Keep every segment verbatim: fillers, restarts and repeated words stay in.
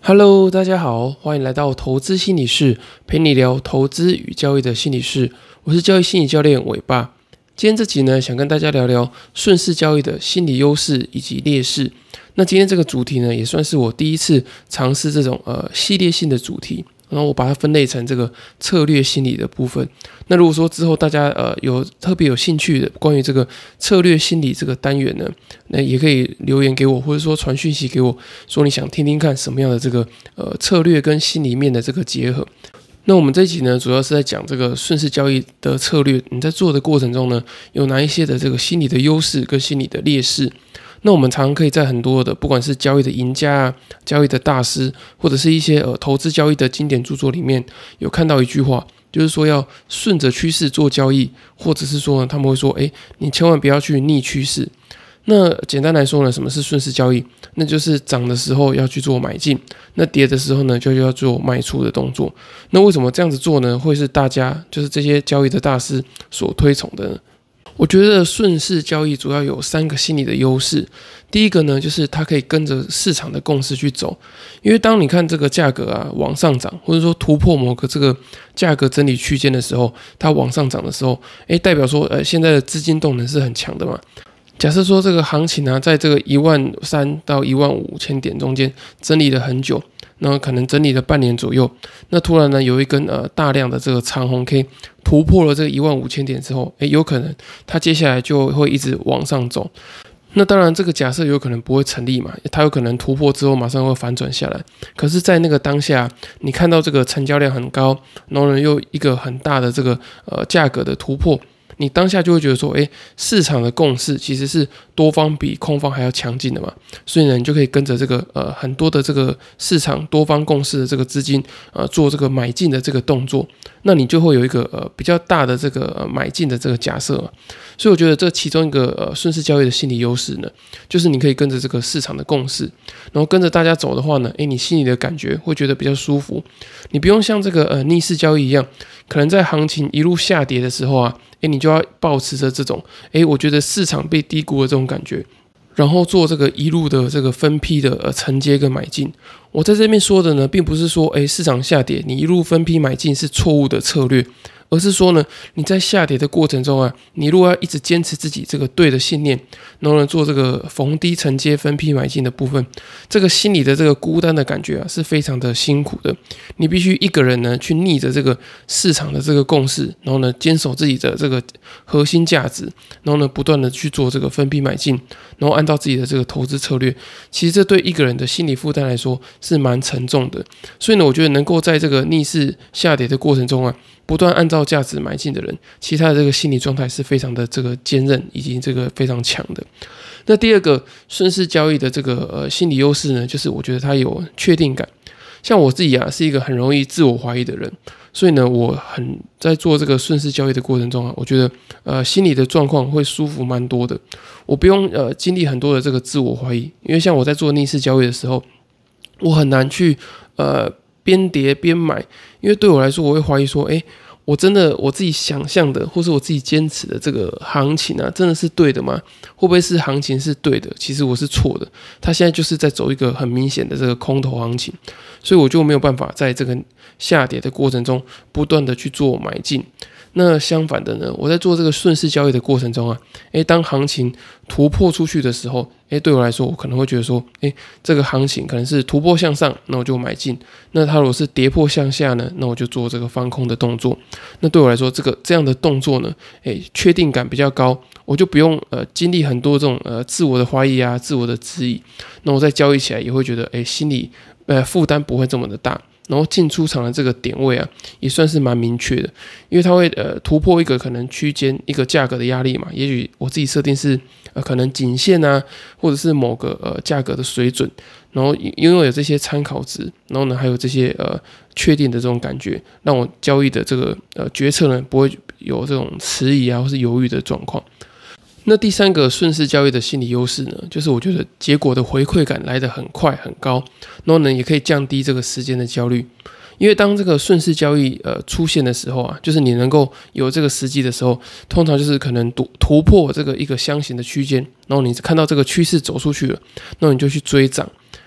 Hello，大家好，欢迎来到投资心理室，陪你聊投资与交易的心理室。我是交易心理教练伟爸。今天这集呢，想跟大家聊聊顺势交易的心理优势以及劣势。那今天这个主题呢，也算是我第一次尝试这种呃系列性的主题。然后我把它分类成这个策略心理的部分。那如果说之后大家呃有特别有兴趣的关于这个策略心理这个单元呢，那也可以留言给我，或者说传讯息给我，说你想听听看什么样的这个呃策略跟心里面的这个结合。那我们这一集呢，主要是在讲这个顺势交易的策略，你在做的过程中呢，有哪一些的这个心理的优势跟心理的劣势。那我们常常可以在很多的不管是交易的赢家啊、交易的大师，或者是一些呃投资交易的经典著作里面，有看到一句话，就是说要顺着趋势做交易，或者是说呢，他们会说，哎，你千万不要去逆趋势。那简单来说呢，什么是顺势交易？那就是涨的时候要去做买进，那跌的时候呢，就要做卖出的动作。那为什么这样子做呢？会是大家就是这些交易的大师所推崇的呢？我觉得顺势交易主要有三个心理的优势。第一个呢，就是它可以跟着市场的共识去走，因为当你看这个价格啊往上涨，或者说突破某个这个价格整理区间的时候，它往上涨的时候，诶，代表说呃现在的资金动能是很强的嘛。假设说这个行情啊，在这个一万三到一万五千点中间整理了很久，那可能整理了半年左右，那突然呢有一根呃大量的这个长红 K 突破了这个一万五千点之后，诶，有可能它接下来就会一直往上走。那当然这个假设有可能不会成立嘛，它有可能突破之后马上会反转下来。可是在那个当下，你看到这个成交量很高，然后呢又一个很大的这个呃价格的突破，你当下就会觉得说，哎，市场的共识其实是多方比空方还要强劲的嘛，所以呢，你就可以跟着这个呃很多的这个市场多方共识的这个资金呃做这个买进的这个动作，那你就会有一个呃比较大的这个、呃、买进的这个假设嘛。所以我觉得这其中一个呃顺势交易的心理优势呢，就是你可以跟着这个市场的共识，然后跟着大家走的话呢，哎，你心里的感觉会觉得比较舒服，你不用像这个呃逆势交易一样，可能在行情一路下跌的时候啊。诶，你就要抱持着这种，诶，我觉得市场被低估的这种感觉，然后做这个一路的这个分批的呃承接跟买进。我在这边说的呢，并不是说，诶，市场下跌，你一路分批买进是错误的策略，而是说呢，你在下跌的过程中啊，你如果要一直坚持自己这个对的信念，然后呢做这个逢低承接分批买进的部分，这个心里的这个孤单的感觉啊，是非常的辛苦的。你必须一个人呢去逆着这个市场的这个共识，然后呢坚守自己的这个核心价值，然后呢不断的去做这个分批买进，然后按照自己的这个投资策略，其实这对一个人的心理负担来说是蛮沉重的。所以呢，我觉得能够在这个逆势下跌的过程中啊，不断按照价值买进的人，其实他的这个心理状态是非常的这个坚韧以及这个非常强的。那第二个顺势交易的这个呃心理优势呢，就是我觉得它有确定感。像我自己啊，是一个很容易自我怀疑的人，所以呢，我很在做这个顺势交易的过程中啊，我觉得呃心理的状况会舒服蛮多的。我不用呃经历很多的这个自我怀疑，因为像我在做逆势交易的时候，我很难去呃边跌边买，因为对我来说，我会怀疑说，哎。我真的我自己想象的，或是我自己坚持的这个行情啊，真的是对的吗？会不会是行情是对的？其实我是错的。它现在就是在走一个很明显的这个空头行情，所以我就没有办法在这个下跌的过程中不断的去做买进。那相反的呢，我在做这个顺势交易的过程中啊，诶，当行情突破出去的时候，诶，对我来说，我可能会觉得说，诶，这个行情可能是突破向上，那我就买进；那它如果是跌破向下呢，那我就做这个翻空的动作。那对我来说，这个这样的动作呢，诶，确定感比较高，我就不用呃经历很多这种呃自我的怀疑啊、自我的质疑。那我在交易起来也会觉得，诶，心里呃负担不会这么的大。然后进出场的这个点位啊，也算是蛮明确的，因为它会呃突破一个可能区间一个价格的压力嘛，也许我自己设定是呃可能颈线啊，或者是某个呃价格的水准，然后因为有这些参考值，然后呢还有这些呃确定的这种感觉，让我交易的这个呃决策呢不会有这种迟疑啊或是犹豫的状况。那第三个顺势交易的心理优势呢，就是我觉得结果的回馈感来得很快很高，然后呢也可以降低这个时间的焦虑。因为当这个顺势交易呃出现的时候啊，就是你能够有这个时机的时候，通常就是可能突突破这个一个箱型的区间，然后你看到这个趋势走出去了，那你就去追涨，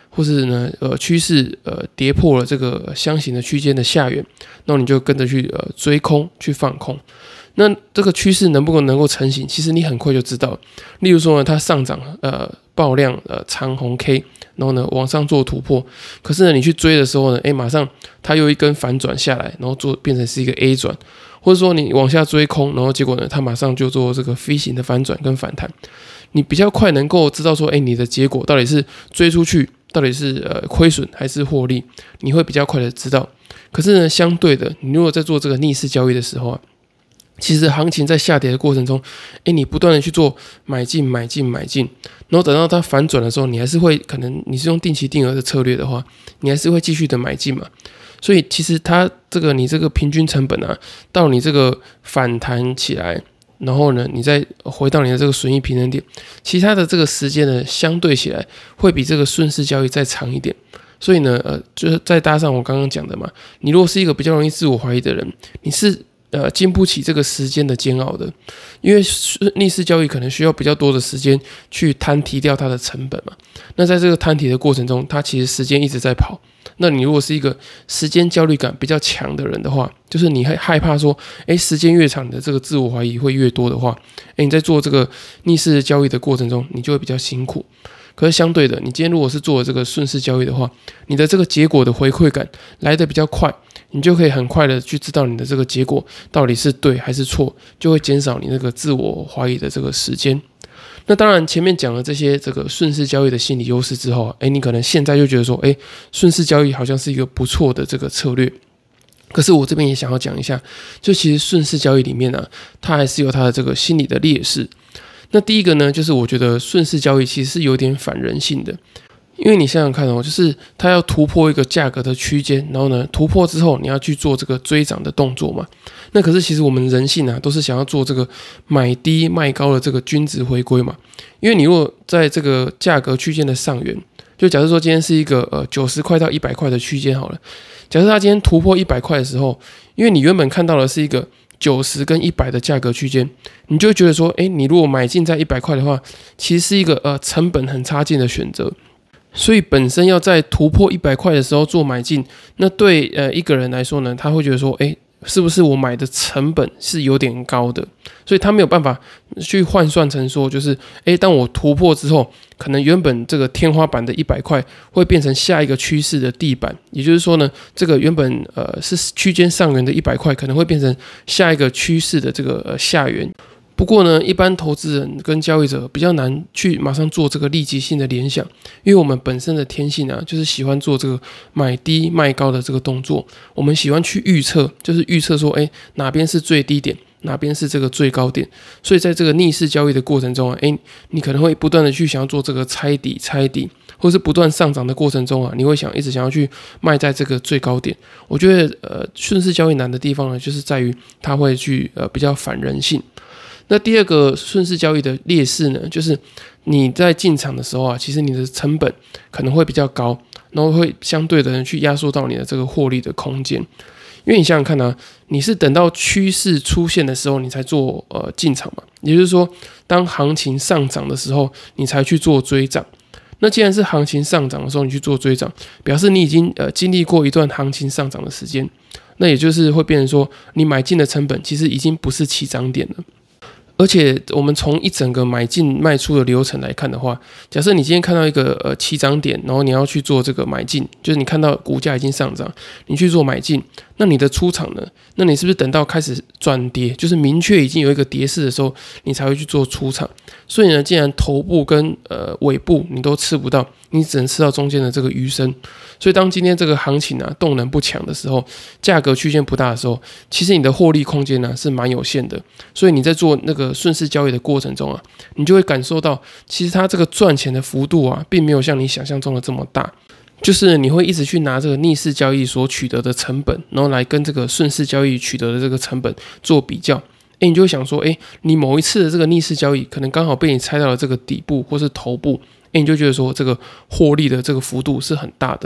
或是呢呃趋势呃跌破了这个箱型的区间的下缘，那你就跟着去呃追空去放空。那这个趋势能不能够成型，其实你很快就知道。例如说呢，它上涨呃爆量呃长红 K， 然后呢往上做突破，可是呢你去追的时候呢，哎马上它又一根反转下来，然后做变成是一个 A 转，或者说你往下追空，然后结果呢它马上就做这个 V 型的反转跟反弹，你比较快能够知道说，哎你的结果到底是追出去，到底是呃亏损还是获利，你会比较快的知道。可是呢相对的，你如果在做这个逆势交易的时候啊，其实行情在下跌的过程中，哎，你不断的去做买进、买进、买进，然后等到它反转的时候，你还是会可能你是用定期定额的策略的话，你还是会继续的买进嘛。所以其实它这个你这个平均成本啊，到你这个反弹起来，然后呢，你再回到你的这个损益平衡点，其他的这个时间呢，相对起来会比这个顺势交易再长一点。所以呢，呃，就是再搭上我刚刚讲的嘛，你如果是一个比较容易自我怀疑的人，你是。呃，经不起这个时间的煎熬的，因为逆势交易可能需要比较多的时间去摊提掉它的成本嘛。那在这个摊提的过程中，它其实时间一直在跑。那你如果是一个时间焦虑感比较强的人的话，就是你会害怕说，哎，时间越长，你的这个自我怀疑会越多的话，哎，你在做这个逆势交易的过程中，你就会比较辛苦。可是相对的，你今天如果是做这个顺势交易的话，你的这个结果的回馈感来得比较快，你就可以很快的去知道你的这个结果到底是对还是错，就会减少你那个自我怀疑的这个时间。那当然前面讲了这些这个顺势交易的心理优势之后，哎，你可能现在就觉得说，哎，顺势交易好像是一个不错的这个策略。可是我这边也想要讲一下，就其实顺势交易里面呢、啊，它还是有它的这个心理的劣势。那第一个呢，就是我觉得顺势交易其实是有点反人性的，因为你想想看哦，就是它要突破一个价格的区间，然后呢突破之后你要去做这个追涨的动作嘛。那可是其实我们人性啊，都是想要做这个买低卖高的这个均值回归嘛。因为你如果在这个价格区间的上缘，就假设说今天是一个呃九十块到一百块的区间好了，假设它今天突破一百块的时候，因为你原本看到的是一个九十跟一百的价格区间，你就会觉得说，哎，你如果买进在一百块的话，其实是一个呃成本很差劲的选择。所以本身要在突破一百块的时候做买进，那对呃一个人来说呢，他会觉得说，哎，是不是我买的成本是有点高的？所以他没有办法去换算成说，就是哎，当我突破之后，可能原本这个天花板的一百块会变成下一个趋势的地板，也就是说呢，这个原本呃是区间上缘的一百块，可能会变成下一个趋势的这个呃下缘。不过呢，一般投资人跟交易者比较难去马上做这个立即性的联想，因为我们本身的天性啊，就是喜欢做这个买低卖高的这个动作。我们喜欢去预测，就是预测说，哎，哪边是最低点，哪边是这个最高点。所以在这个逆势交易的过程中啊，哎，你可能会不断的去想要做这个猜底、猜底，或是不断上涨的过程中啊，你会想一直想要去卖在这个最高点。我觉得呃，顺势交易难的地方呢，就是在于它会去呃比较反人性。那第二个顺势交易的劣势呢，就是你在进场的时候啊，其实你的成本可能会比较高，然后会相对的去压缩到你的这个获利的空间。因为你想想看啊，你是等到趋势出现的时候，你才做呃进场嘛，也就是说，当行情上涨的时候，你才去做追涨。那既然是行情上涨的时候你去做追涨，表示你已经呃经历过一段行情上涨的时间，那也就是会变成说，你买进的成本其实已经不是起涨点了。而且我们从一整个买进卖出的流程来看的话，假设你今天看到一个呃起涨点，然后你要去做这个买进，就是你看到股价已经上涨，你去做买进，那你的出场呢？那你是不是等到开始转跌，就是明确已经有一个跌势的时候，你才会去做出场？所以呢，既然头部跟呃尾部你都吃不到，你只能吃到中间的这个余生。所以当今天这个行情啊动能不强的时候，价格区间不大的时候，其实你的获利空间呢是蛮有限的。所以你在做那个顺势交易的过程中啊，你就会感受到，其实它这个赚钱的幅度啊，并没有像你想象中的这么大。就是你会一直去拿这个逆势交易所取得的成本，然后来跟这个顺势交易取得的这个成本做比较。哎，你就会想说，哎，你某一次的这个逆势交易，可能刚好被你猜到了这个底部或是头部，哎，你就觉得说这个获利的这个幅度是很大的。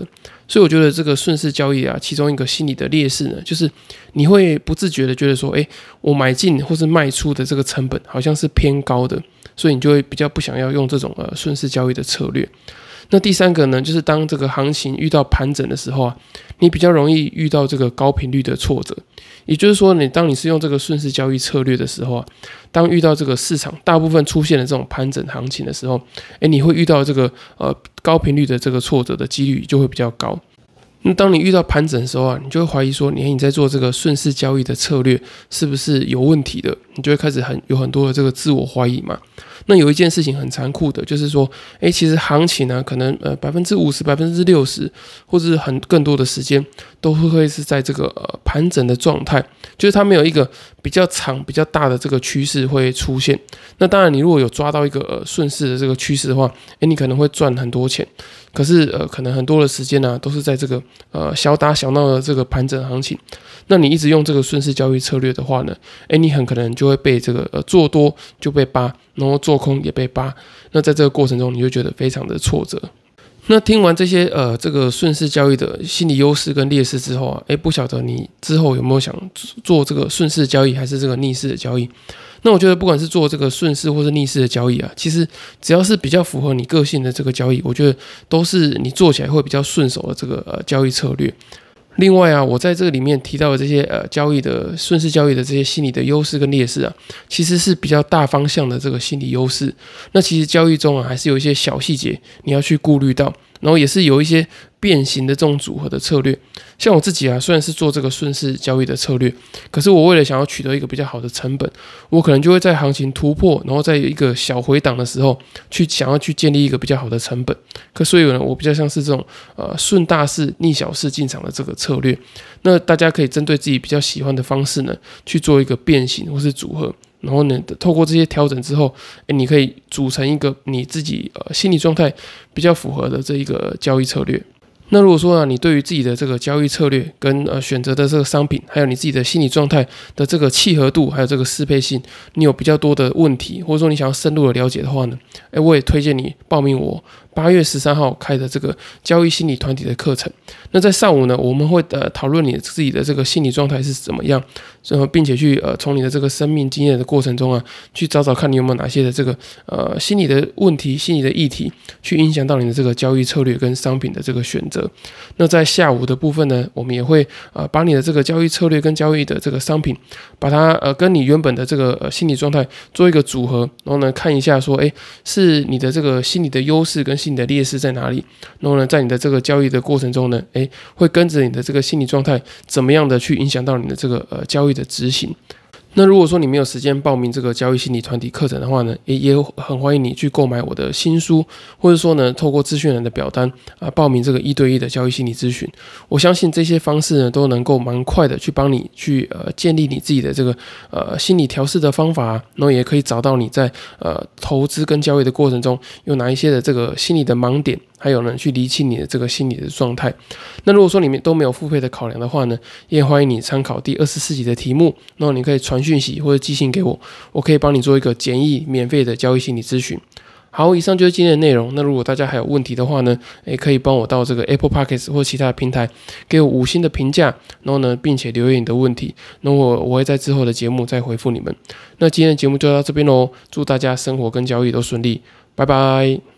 所以我觉得这个顺势交易啊，其中一个心理的劣势呢，就是你会不自觉的觉得说，哎，我买进或是卖出的这个成本好像是偏高的，所以你就会比较不想要用这种呃顺势交易的策略。那第三个呢，就是当这个行情遇到盘整的时候啊，你比较容易遇到这个高频率的挫折。也就是说，你当你是用这个顺势交易策略的时候啊，当遇到这个市场大部分出现的这种盘整行情的时候，哎，你会遇到这个呃高频率的这个挫折的几率就会比较高。那当你遇到盘整的时候啊，你就会怀疑说，你你在做这个顺势交易的策略是不是有问题的？你就会开始很有很多的这个自我怀疑嘛。那有一件事情很残酷的，就是说，哎，其实行情呢、啊，可能呃百分之五十、百分之六十，或者是很更多的时间，都会会是在这个呃盘整的状态，就是它没有一个比较长、比较大的这个趋势会出现。那当然，你如果有抓到一个呃顺势的这个趋势的话，哎，你可能会赚很多钱。可是呃，可能很多的时间呢、啊，都是在这个呃小打小闹的这个盘整行情。那你一直用这个顺势交易策略的话呢，哎，你很可能就会被这个呃做多就被扒，然后做空也被扒。那在这个过程中，你就觉得非常的挫折。那听完这些呃这个顺势交易的心理优势跟劣势之后啊，哎，不晓得你之后有没有想做这个顺势交易还是这个逆势的交易？那我觉得不管是做这个顺势或是逆势的交易啊，其实只要是比较符合你个性的这个交易，我觉得都是你做起来会比较顺手的这个呃交易策略。另外啊，我在这个里面提到的这些呃交易的顺势交易的这些心理的优势跟劣势啊，其实是比较大方向的这个心理优势。那其实交易中啊，还是有一些小细节你要去顾虑到，然后也是有一些变形的这种组合的策略。像我自己啊，虽然是做这个顺势交易的策略，可是我为了想要取得一个比较好的成本，我可能就会在行情突破，然后在一个小回档的时候，去想要去建立一个比较好的成本。可所以呢，我比较像是这种呃顺大势逆小势进场的这个策略。那大家可以针对自己比较喜欢的方式呢，去做一个变形或是组合。然后呢，透过这些调整之后，诶，你可以组成一个你自己呃心理状态比较符合的这一个交易策略。那如果说啊，你对于自己的这个交易策略跟呃选择的这个商品，还有你自己的心理状态的这个契合度，还有这个适配性，你有比较多的问题，或者说你想要深入的了解的话呢，诶，我也推荐你报名我八月十三号开的这个交易心理团体的课程。那在上午呢，我们会呃讨论你自己的这个心理状态是怎么样，呃，并且去呃从你的这个生命经验的过程中啊，去找找看你有没有哪些的这个呃心理的问题、心理的议题，去影响到你的这个交易策略跟商品的这个选择。那在下午的部分呢，我们也会呃把你的这个交易策略跟交易的这个商品，把它呃跟你原本的这个呃心理状态做一个组合，然后呢看一下说，哎，是你的这个心理的优势跟心理的劣势在哪里？然后呢，在你的这个交易的过程中呢，哎，会跟着你的这个心理状态怎么样的去影响到你的这个呃交易的执行。那如果说你没有时间报名这个交易心理团体课程的话呢，也也很欢迎你去购买我的新书，或者说呢，透过资讯栏的表单啊，报名这个一对一的交易心理咨询。我相信这些方式呢，都能够蛮快的去帮你去呃建立你自己的这个呃心理调试的方法，然后也可以找到你在呃投资跟交易的过程中有哪一些的这个心理的盲点。还有呢，去厘清你的这个心理的状态。那如果说你们都没有付费的考量的话呢，也欢迎你参考第二十四集的题目，然后你可以传讯息或者寄信给我，我可以帮你做一个简易免费的交易心理咨询。好，以上就是今天的内容。那如果大家还有问题的话呢，也可以帮我到这个 Apple Podcast 或其他的平台给我五星的评价，然后呢，并且留言你的问题，那我我会在之后的节目再回复你们。那今天的节目就到这边喽，祝大家生活跟交易都顺利，拜拜。